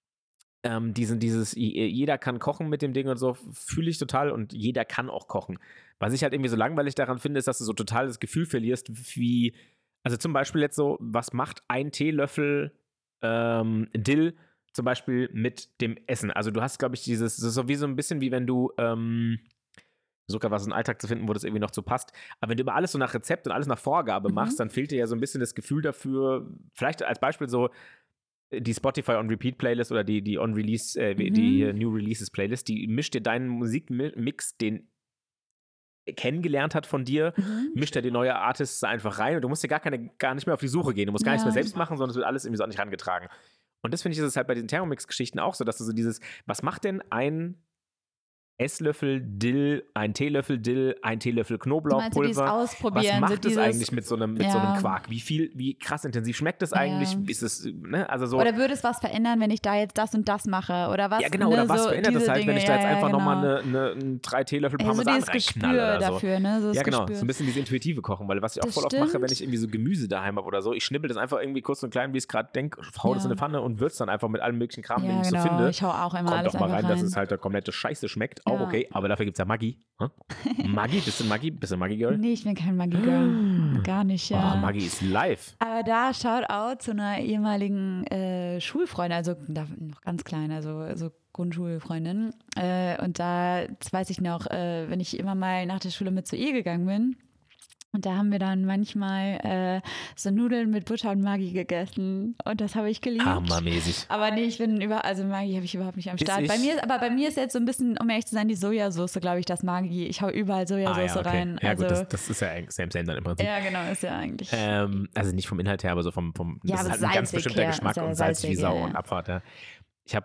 S4: jeder kann kochen mit dem Ding und so, fühle ich total und jeder kann auch kochen. Was ich halt irgendwie so langweilig daran finde, ist, dass du so total das Gefühl verlierst, wie, also zum Beispiel jetzt so, was macht ein Teelöffel Dill zum Beispiel mit dem Essen? Also du hast, glaube ich, das ist so wie so ein bisschen wie wenn du, so gerade was im Alltag zu finden, wo das irgendwie noch so passt. Aber wenn du immer alles so nach Rezept und alles nach Vorgabe machst, dann fehlt dir ja so ein bisschen das Gefühl dafür, vielleicht als Beispiel so die Spotify On-Repeat-Playlist oder die On-Release, die New Releases-Playlist, die mischt dir deinen Musikmix, den kennengelernt hat von dir, mischt er die neue Artists einfach rein und du musst dir gar nicht mehr auf die Suche gehen. Du musst gar nichts mehr selbst machen, sondern es wird alles irgendwie so an dich herangetragen. Und das finde ich, ist es halt bei diesen Thermomix-Geschichten auch so, dass du so was macht denn ein Esslöffel Dill, ein Teelöffel Dill, ein Teelöffel Knoblauchpulver.
S3: Ausprobieren,
S4: was macht es eigentlich mit so einem Quark? Wie krass intensiv schmeckt es eigentlich? Ist es, ne? Also so.
S3: Oder würde es was verändern, wenn ich da jetzt das und das mache? Oder was?
S4: Ja, genau, oder was verändert es halt, wenn ich da jetzt einfach nochmal eine 3 Teelöffel Parmesan reinknalle oder so.
S3: Dafür, ne? So
S4: ja, genau, so ein bisschen dieses intuitive Kochen, weil was ich auch voll oft mache, wenn ich irgendwie so Gemüse daheim habe oder so, ich schnippel das einfach irgendwie kurz und klein, wie ich es gerade denke, hau das in eine Pfanne und würze dann einfach mit allem möglichen Kram, den ich so finde.
S3: Ich hau auch immer
S4: Kommt
S3: alles
S4: doch mal rein, dass es
S3: rein.
S4: halt der komplette Scheiße schmeckt, auch okay, aber dafür gibt es ja Maggi. Maggi? Bist du ein Maggi-Girl?
S3: Nee, ich bin kein Maggi-Girl. Gar nicht, ja.
S4: Oh, Maggi ist live.
S3: Aber da Shoutout zu einer ehemaligen Schulfreundin, also noch ganz klein, also Grundschulfreundin. Und das weiß ich noch, wenn ich immer mal nach der Schule mit zu ihr gegangen bin. Und da haben wir dann manchmal so Nudeln mit Butter und Maggi gegessen. Und das habe ich geliebt.
S4: Hammermäßig.
S3: Aber nee, also Maggi habe ich überhaupt nicht am Start. Bei mir ist jetzt so ein bisschen, um ehrlich zu sein, die Sojasauce, glaube ich, das Maggi. Ich hau überall Sojasauce rein.
S4: Ja,
S3: also,
S4: gut, das ist ja same dann im Prinzip.
S3: Ja, genau, ist ja eigentlich.
S4: Also nicht vom Inhalt her, aber so vom das ist halt ein ganz bestimmter Geschmack und salzig wie Sau und Abfahrt, ja. Ich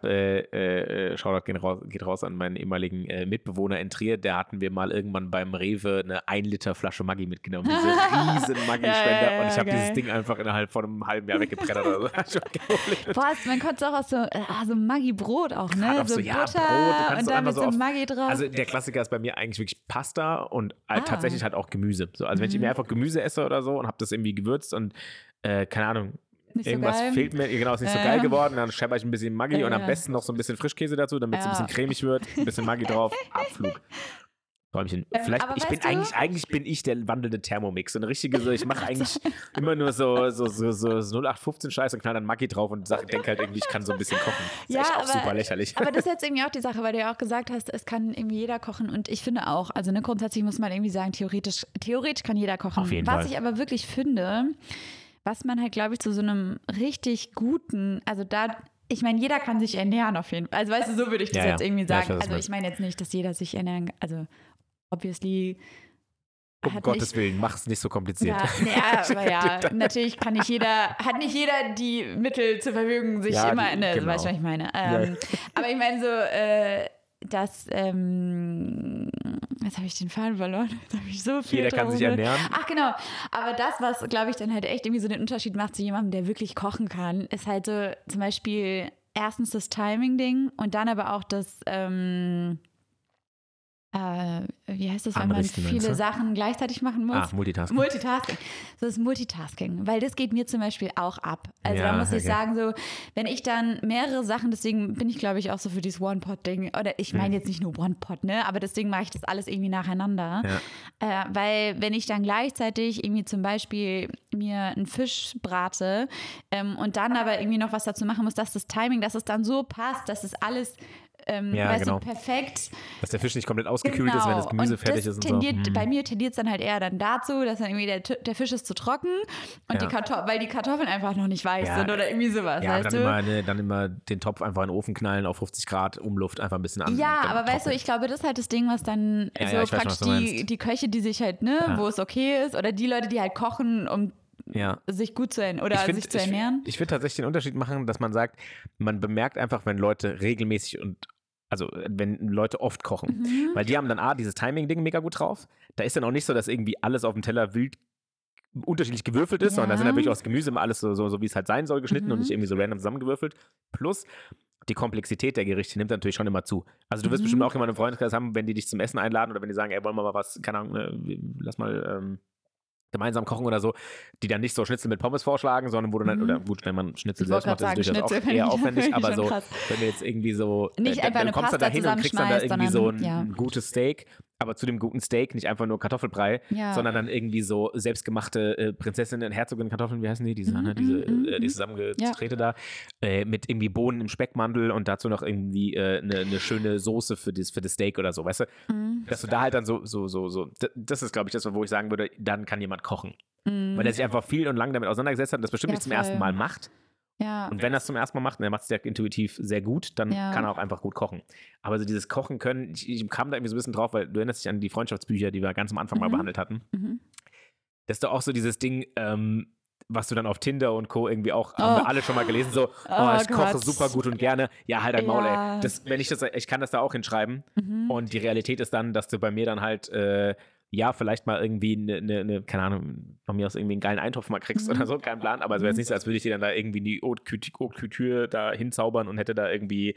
S4: habe, Shoutout geht raus an meinen ehemaligen Mitbewohner in Trier, da hatten wir mal irgendwann beim Rewe eine 1 Liter Flasche Maggi mitgenommen, diese riesen Maggi-Spender und ich habe dieses Ding einfach innerhalb von einem halben Jahr weggebrettert oder so.
S3: Boah, man konnte es auch aus so Maggi-Brot auch, ne?
S4: So
S3: Butter
S4: Brot,
S3: und dann mit so Maggi drauf.
S4: Also der Klassiker ist bei mir eigentlich wirklich Pasta und tatsächlich halt auch Gemüse. So, also wenn ich mir einfach Gemüse esse oder so und habe das irgendwie gewürzt und keine Ahnung, irgendwas fehlt mir, genau, ist nicht so geil geworden, dann schepper ich ein bisschen Maggi und am besten noch so ein bisschen Frischkäse dazu, damit es ein bisschen cremig wird, ein bisschen Maggi drauf, Abflug. Träumchen. Vielleicht, eigentlich bin ich der wandelnde Thermomix. So eine richtige, ich mache eigentlich immer nur so 0815 Scheiß und knall dann Maggi drauf und denke halt irgendwie, ich kann so ein bisschen kochen. Das ist echt auch super lächerlich.
S3: Aber das ist jetzt irgendwie auch die Sache, weil du ja auch gesagt hast, es kann irgendwie jeder kochen und ich finde auch, also grundsätzlich muss man irgendwie sagen, theoretisch kann jeder kochen.
S4: Auf jeden
S3: Was
S4: Fall.
S3: ich aber wirklich finde, was man halt, glaube ich, zu so einem richtig guten, also da, ich meine, jeder kann sich ernähren auf jeden Fall. Also weißt du, so würde ich das jetzt irgendwie sagen. Also ich meine jetzt nicht, dass jeder sich ernähren kann. Also obviously
S4: um Gottes Willen, mach es nicht so kompliziert.
S3: Aber natürlich hat nicht jeder die Mittel zur Verfügung, sich immer in der, weißt du, was ich meine. Aber ich meine so, dass, jetzt habe ich den Faden verloren, jetzt habe ich so viel
S4: jeder kann sich ernähren.
S3: Ach genau, aber das, was, glaube ich, dann halt echt irgendwie so den Unterschied macht zu jemandem, der wirklich kochen kann, ist halt so zum Beispiel erstens das Timing-Ding und dann aber auch das, wie heißt das, wenn man viele Sachen gleichzeitig machen muss?
S4: Multitasking.
S3: So das Multitasking, weil das geht mir zum Beispiel auch ab. Also da muss ich sagen, so, wenn ich dann mehrere Sachen, deswegen bin ich, glaube ich, auch so für dieses One-Pot-Ding, oder ich meine jetzt nicht nur One-Pot, ne, aber deswegen mache ich das alles irgendwie nacheinander. Ja. Weil wenn ich dann gleichzeitig irgendwie zum Beispiel mir einen Fisch brate und dann aber irgendwie noch was dazu machen muss, dass das Timing, dass es dann so passt, dass es alles weißt du, perfekt.
S4: Dass der Fisch nicht komplett ausgekühlt ist, wenn das Gemüse fertig ist und so.
S3: Bei mir tendiert es dann halt eher dann dazu, dass dann irgendwie der Fisch ist zu trocken und weil die Kartoffeln einfach noch nicht weich sind oder irgendwie sowas, weißt du?
S4: Dann immer den Topf einfach in den Ofen knallen auf 50 Grad, Umluft einfach ein bisschen an.
S3: Ja, aber weißt du, ich glaube, das ist halt das Ding, was dann praktisch die Köche, die sich halt, wo es okay ist, oder die Leute, die halt kochen, um sich gut zu ernähren oder sich zu ernähren.
S4: Ich würde tatsächlich den Unterschied machen, dass man sagt, man bemerkt einfach, wenn Leute regelmäßig wenn Leute oft kochen, weil die haben dann dieses Timing-Ding mega gut drauf. Da ist dann auch nicht so, dass irgendwie alles auf dem Teller wild unterschiedlich gewürfelt ist, sondern da sind ja wirklich aus Gemüse immer alles so wie es halt sein soll, geschnitten und nicht irgendwie so random zusammengewürfelt. Plus die Komplexität der Gerichte nimmt natürlich schon immer zu. Also du wirst bestimmt auch jemanden im Freundeskreis haben, wenn die dich zum Essen einladen oder wenn die sagen, ey, wollen wir mal was, keine Ahnung, lass mal gemeinsam kochen oder so, die dann nicht so Schnitzel mit Pommes vorschlagen, sondern wo du dann, oder gut, wenn man Schnitzel selbst macht, ist es durchaus auch eher aufwendig, aber so, wenn du jetzt irgendwie so,
S3: nicht einfach
S4: dann kommst du da hin und kriegst dann da irgendwie so ein gutes Steak, aber zu dem guten Steak nicht einfach nur Kartoffelbrei, sondern dann irgendwie so selbstgemachte Prinzessinnen, Herzogin Kartoffeln, wie heißen die? Diese zusammengedrehte da, mit irgendwie Bohnen im Speckmantel und dazu noch irgendwie eine schöne Soße für das Steak oder so, weißt du? Dass du da halt dann so, das ist, glaube ich, das, wo ich sagen würde, dann kann jemand kochen. Weil er sich einfach viel und lang damit auseinandergesetzt hat und das bestimmt nicht zum ersten Mal macht. Ja. Und wenn er es zum ersten Mal macht und er macht es ja intuitiv sehr gut, dann kann er auch einfach gut kochen. Aber so dieses Kochen können, ich kam da irgendwie so ein bisschen drauf, weil du erinnerst dich an die Freundschaftsbücher, die wir ganz am Anfang mal behandelt hatten. Das ist doch auch so dieses Ding, was du dann auf Tinder und Co. irgendwie auch, haben wir alle schon mal gelesen, so, ich koche super gut und gerne. Ja, halt dein Maul, ey. Ich kann das da auch hinschreiben. Und die Realität ist dann, dass du bei mir dann halt vielleicht mal irgendwie eine, keine Ahnung, von mir aus irgendwie einen geilen Eintopf mal kriegst oder so, kein Plan, aber es wäre jetzt nicht so, als würde ich dir dann da irgendwie in die Haute Couture da hinzaubern und hätte da irgendwie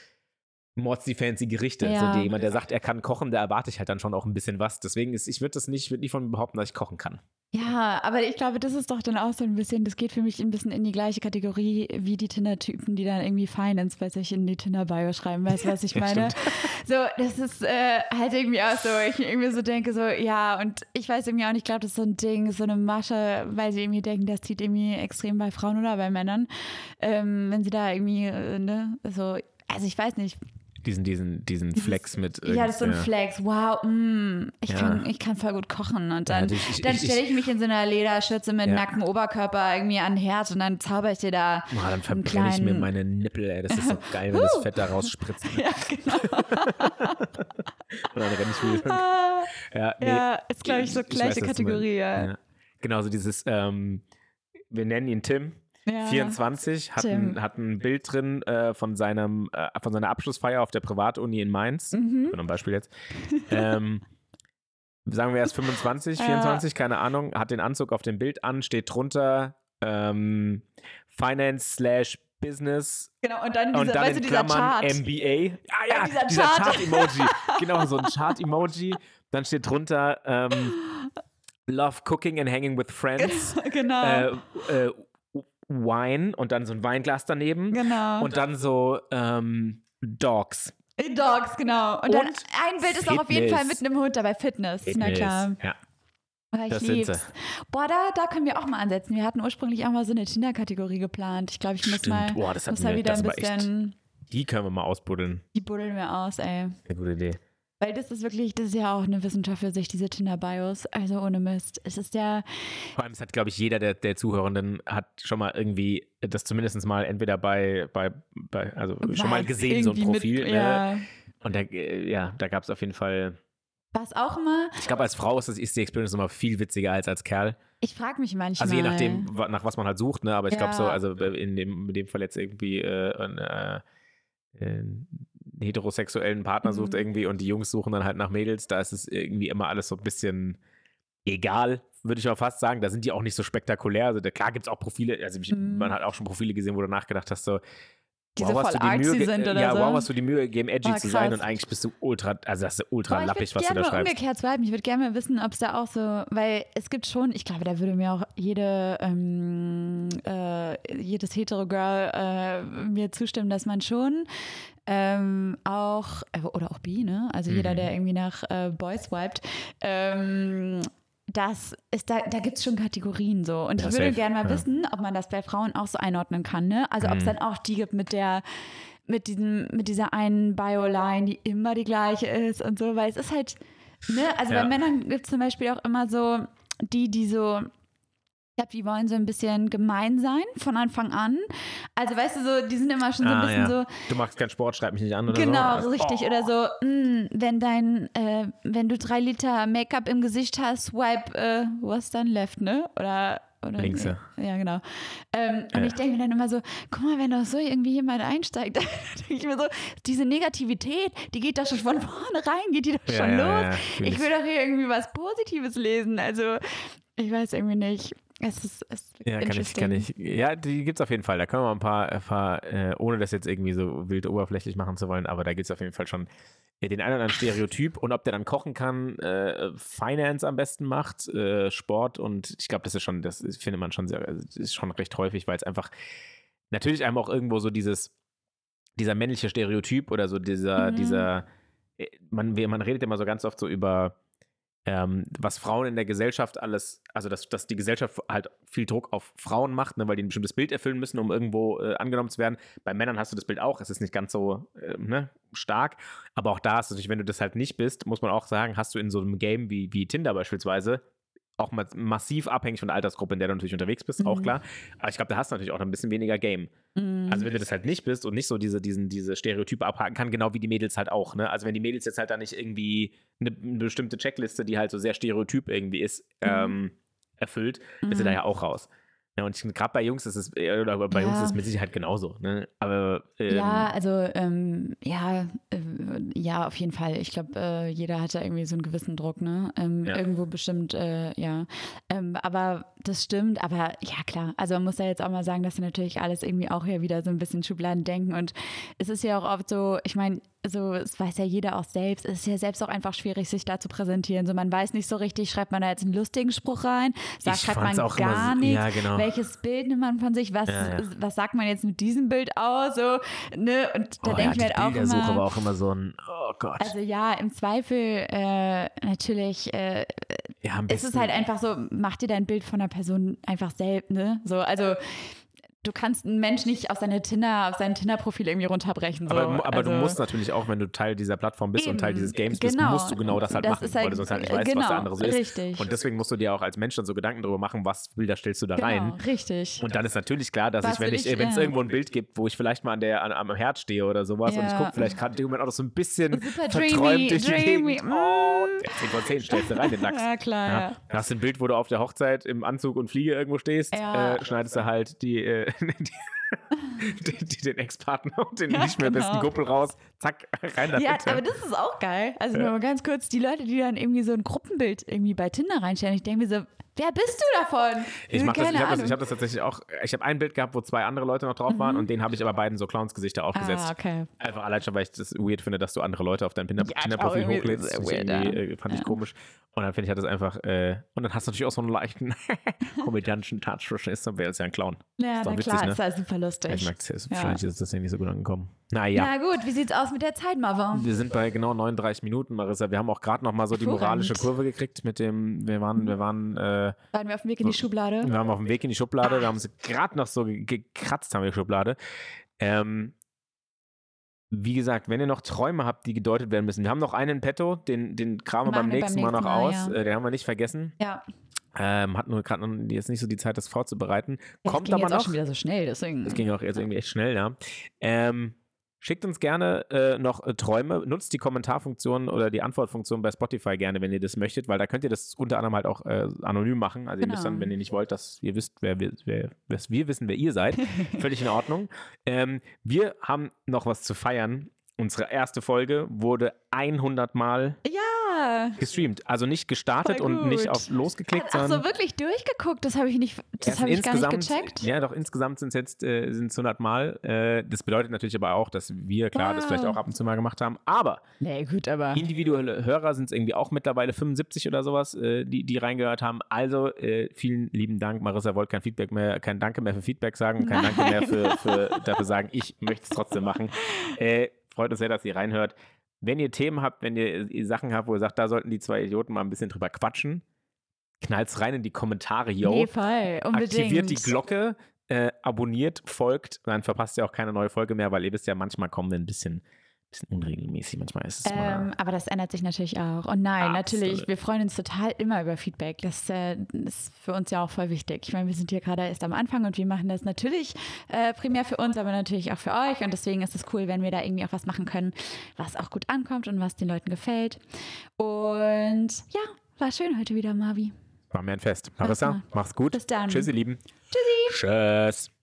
S4: fancy Gerichte. So jemand, der sagt, er kann kochen, da erwarte ich halt dann schon auch ein bisschen was. Deswegen ich würde nicht von mir behaupten, dass ich kochen kann.
S3: Ja, aber ich glaube, das ist doch dann auch so ein bisschen, das geht für mich ein bisschen in die gleiche Kategorie wie die Tinder-Typen, die dann irgendwie Finance bei sich in die Tinder-Bio schreiben. Weißt du, was ich meine? So, das ist halt irgendwie auch so, ich irgendwie so denke, so, ja, und ich weiß irgendwie auch nicht, ich glaube, das ist so ein Ding, so eine Masche, weil sie irgendwie denken, das zieht irgendwie extrem bei Frauen oder bei Männern, wenn sie da irgendwie, also ich weiß nicht.
S4: Diesen Flex mit.
S3: Ja, das ist so ein Flex. Wow, ich kann voll gut kochen. Und dann stelle ich mich in so einer Lederschürze mit nacktem Oberkörper irgendwie an den Herd und dann zauber ich dir da.
S4: Dann verbrenne ich mir meine Nippel, ey. Das ist so geil, wenn das Fett da rausspritzt.
S3: Ja, genau.
S4: Und dann renne ich wieder.
S3: Ist, glaube ich, so gleiche Kategorie, ja.
S4: Genau, so dieses, wir nennen ihn Tim. 24, hat ein Bild drin von seiner Abschlussfeier auf der Privatuni in Mainz. Für ein Beispiel jetzt. Sagen wir, er ist 25, 24, keine Ahnung, hat den Anzug auf dem Bild an, steht drunter Finance/Business.
S3: Genau, und dann dieser Chart.
S4: MBA. Dieser Chart-Emoji. Genau, so ein Chart-Emoji. Dann steht drunter Love cooking and hanging with friends.
S3: Genau.
S4: Wine und dann so ein Weinglas daneben.
S3: Genau.
S4: Und dann so Dogs.
S3: Dogs, genau. Und dann ein Bild ist auch auf jeden Fall mit einem Hund dabei. Fitness. Na klar.
S4: Ja.
S3: Ich lieb's. Boah, da können wir auch mal ansetzen. Wir hatten ursprünglich auch mal so eine Tinder-Kategorie geplant. Ich glaube, ich muss mal wieder ein bisschen.
S4: Die können wir mal ausbuddeln.
S3: Die buddeln wir aus, ey.
S4: Eine gute Idee.
S3: Weil das ist ja auch eine Wissenschaft für sich, diese Tinder-Bios. Also ohne Mist. Es ist
S4: Vor allem, es hat, glaube ich, jeder der Zuhörenden hat schon mal irgendwie das zumindest mal entweder also schon mal gesehen, so ein Profil.
S3: Ja.
S4: Und da gab es auf jeden Fall.
S3: Was auch immer.
S4: Ich glaube, als Frau ist die Experience immer viel witziger als Kerl.
S3: Ich frage mich manchmal.
S4: Also je nachdem, nach was man halt sucht, ne? Aber ich glaube so, also in dem Fall jetzt irgendwie einen heterosexuellen Partner sucht irgendwie und die Jungs suchen dann halt nach Mädels, da ist es irgendwie immer alles so ein bisschen egal, würde ich mal fast sagen. Da sind die auch nicht so spektakulär. Also klar gibt es auch Profile, also man hat auch schon Profile gesehen, wo du nachgedacht hast, so
S3: die so voll artsy sind oder so.
S4: Wow, hast du die Mühe gegeben, edgy zu sein und eigentlich bist du ultra lappig, was du da schreibst.
S3: Umgekehrt swipen. Ich würde gerne mal wissen, ob es da auch so, weil es gibt schon, ich glaube, da würde mir auch jedes Hetero-Girl mir zustimmen, dass man schon oder auch bi, ne? Also jeder, der irgendwie nach Boys swiped, da gibt es schon Kategorien so. Und ich würde gerne mal wissen, ob man das bei Frauen auch so einordnen kann, ne? Also ob es dann auch die gibt mit dieser einen Bio-Line, die immer die gleiche ist und so, weil es ist halt, ne? Also bei Männern gibt es zum Beispiel auch immer so die so, ich glaube, die wollen so ein bisschen gemein sein von Anfang an. Also weißt du, so, die sind immer schon so ein bisschen so.
S4: Du machst keinen Sport, schreib mich nicht an oder so.
S3: Genau, richtig. Oder so, wenn du 3 Liter Make-up im Gesicht hast, swipe, was dann left, ne? Oder
S4: links, ja.
S3: Ja, genau. Und ich denke mir dann immer so, guck mal, wenn doch so irgendwie jemand einsteigt, dann denke ich mir so, diese Negativität, die geht doch schon von vornherein, geht die doch schon los. Ja, ich will doch hier irgendwie was Positives lesen. Also, ich weiß irgendwie nicht. Es ist
S4: kann ich. Ja, die gibt es auf jeden Fall. Da können wir mal ein paar ohne das jetzt irgendwie so wild oberflächlich machen zu wollen, aber da gibt es auf jeden Fall schon den einen oder anderen Stereotyp. Und ob der dann kochen kann, Finance am besten macht, Sport, und ich glaube, das findet man schon ist schon recht häufig, weil es einfach natürlich einem auch irgendwo so dieser männliche Stereotyp oder so man redet immer so ganz oft so über was Frauen in der Gesellschaft alles, also dass die Gesellschaft halt viel Druck auf Frauen macht, ne, weil die ein bestimmtes Bild erfüllen müssen, um irgendwo angenommen zu werden. Bei Männern hast du das Bild auch, es ist nicht ganz so stark, aber auch da ist es natürlich, wenn du das halt nicht bist, muss man auch sagen, hast du in so einem Game wie Tinder beispielsweise auch massiv abhängig von der Altersgruppe, in der du natürlich unterwegs bist, auch klar. Aber ich glaube, da hast du natürlich auch ein bisschen weniger Game. Also wenn du das halt nicht bist und nicht so diese Stereotype abhaken kann, genau wie die Mädels halt auch, ne? Also wenn die Mädels jetzt halt da nicht irgendwie eine bestimmte Checkliste, die halt so sehr stereotyp irgendwie ist, erfüllt, bist du da ja auch raus. Ja, und gerade bei Jungs ist es, oder bei Jungs ist es mit Sicherheit genauso, ne? Aber auf jeden Fall. Ich glaube, jeder hat da irgendwie so einen gewissen Druck, ne? Irgendwo bestimmt, aber das stimmt, aber ja, klar. Also man muss ja jetzt auch mal sagen, dass wir natürlich alles irgendwie auch hier wieder so ein bisschen Schubladen denken, und es ist ja auch oft so, ich meine, so, es weiß ja jeder auch selbst, es ist ja selbst auch einfach schwierig, sich da zu präsentieren. So, man weiß nicht so richtig, schreibt man da jetzt einen lustigen Spruch rein, schreibt man gar nichts, ja, genau.
S3: Welches Bild nimmt man von sich, was sagt man jetzt mit diesem Bild aus, so, ne, und da denke ich mir halt auch immer,
S4: aber auch immer so ein, oh Gott.
S3: Also ja, im Zweifel natürlich, es ist halt einfach so, mach dir dein Bild von einer Person einfach selbst, ne, so, also du kannst einen Mensch nicht auf sein Tinder-Profil irgendwie runterbrechen. So.
S4: Aber du musst natürlich auch, wenn du Teil dieser Plattform bist und Teil dieses Games bist, musst du genau das halt machen, weil du sonst halt nicht weißt, was der andere so ist.
S3: Richtig.
S4: Und deswegen musst du dir auch als Mensch dann so Gedanken darüber machen, was Bilder stellst du da rein.
S3: Richtig.
S4: Und dann ist natürlich klar, dass wenn es irgendwo ein Bild gibt, wo ich vielleicht mal am Herd stehe oder sowas und ich gucke vielleicht gerade in dem Moment auch noch so ein bisschen verträumt durch die Gegend. 10 von 10 stellst du rein, den Lachs.
S3: Ja, klar. Ja.
S4: Dann hast du ein Bild, wo du auf der Hochzeit im Anzug und Fliege irgendwo stehst, schneidest du halt den Ex-Partner und den nicht mehr besten Kumpel raus, zack, rein damit.
S3: Ja, aber das ist auch geil. Also nur mal ganz kurz, die Leute, die dann irgendwie so ein Gruppenbild irgendwie bei Tinder reinstellen, ich denke mir so, wer bist du davon?
S4: Ich habe das tatsächlich auch, ich habe ein Bild gehabt, wo 2 andere Leute noch drauf waren und den habe ich aber beiden so Clownsgesichter aufgesetzt.
S3: Okay.
S4: Einfach allein schon, weil ich das weird finde, dass du andere Leute auf dein Tinder-Profil hochlädst. Das fand ich komisch. Und dann finde ich das einfach, und dann hast du natürlich auch so einen leichten komödiantischen Touch, ist dann wäre es ja ein Clown.
S3: Ja, na witzig, klar, ist das super lustig.
S4: Ich merke es, wahrscheinlich ist das ja nicht so gut angekommen. Naja.
S3: Na gut, wie sieht's aus mit der Zeit, Marvin?
S4: Wir sind bei genau 39 Minuten, Marissa. Wir haben auch gerade noch mal so die moralische Kurve gekriegt mit dem, waren wir
S3: auf dem Weg in die Schublade?
S4: Wir waren auf dem Weg in die Schublade, wir haben sie gerade noch so gekratzt, haben wir die Schublade. wie gesagt, wenn ihr noch Träume habt, die gedeutet werden müssen. Wir haben noch einen in petto, den kramen wir beim nächsten Mal noch aus. Ja. Den haben wir nicht vergessen.
S3: Ja.
S4: Hatten wir gerade jetzt nicht so die Zeit, das vorzubereiten.
S3: Ja,
S4: kommt
S3: ging
S4: aber
S3: jetzt
S4: noch.
S3: Auch schon wieder so schnell, deswegen.
S4: Das ging auch jetzt irgendwie echt schnell, ja. Schickt uns gerne noch Träume. Nutzt die Kommentarfunktion oder die Antwortfunktion bei Spotify gerne, wenn ihr das möchtet, weil da könnt ihr das unter anderem halt auch anonym machen. Also ihr müsst dann, wenn ihr nicht wollt, dass ihr wisst, wir wissen, wer ihr seid. Völlig in Ordnung. Wir haben noch was zu feiern. Unsere erste Folge wurde 100 Mal gestreamt. Also nicht gestartet und nicht auf losgeklickt, sondern...
S3: Achso, wirklich durchgeguckt? Das habe ich nicht, gar nicht gecheckt.
S4: Ja, doch, insgesamt sind es jetzt 100 Mal. Das bedeutet natürlich aber auch, dass wir, klar, das vielleicht auch ab und zu mal gemacht haben. Aber individuelle Hörer sind es irgendwie auch mittlerweile 75 oder sowas, die reingehört haben. Also vielen lieben Dank. Marissa wollte kein Danke mehr für Feedback sagen und kein Danke mehr für dafür sagen, ich möchte es trotzdem machen. Freut uns sehr, dass ihr reinhört. Wenn ihr Themen habt, wenn ihr Sachen habt, wo ihr sagt, da sollten die zwei Idioten mal ein bisschen drüber quatschen, knallt's rein in die Kommentare, yo.
S3: Nee, voll, unbedingt.
S4: Aktiviert die Glocke, abonniert, folgt, dann verpasst ihr auch keine neue Folge mehr, weil ihr wisst ja, manchmal kommen wir ein bisschen unregelmäßig, manchmal ist es mal...
S3: Aber das ändert sich natürlich auch. Und nein, natürlich, wir freuen uns total immer über Feedback. Das ist für uns ja auch voll wichtig. Ich meine, wir sind hier gerade erst am Anfang und wir machen das natürlich primär für uns, aber natürlich auch für euch. Und deswegen ist es cool, wenn wir da irgendwie auch was machen können, was auch gut ankommt und was den Leuten gefällt. Und ja, war schön heute wieder, Marvi.
S4: War mir ein Fest. Marissa, mach's gut.
S3: Bis dann.
S4: Tschüss, ihr Lieben.
S3: Tschüssi.
S4: Tschüss.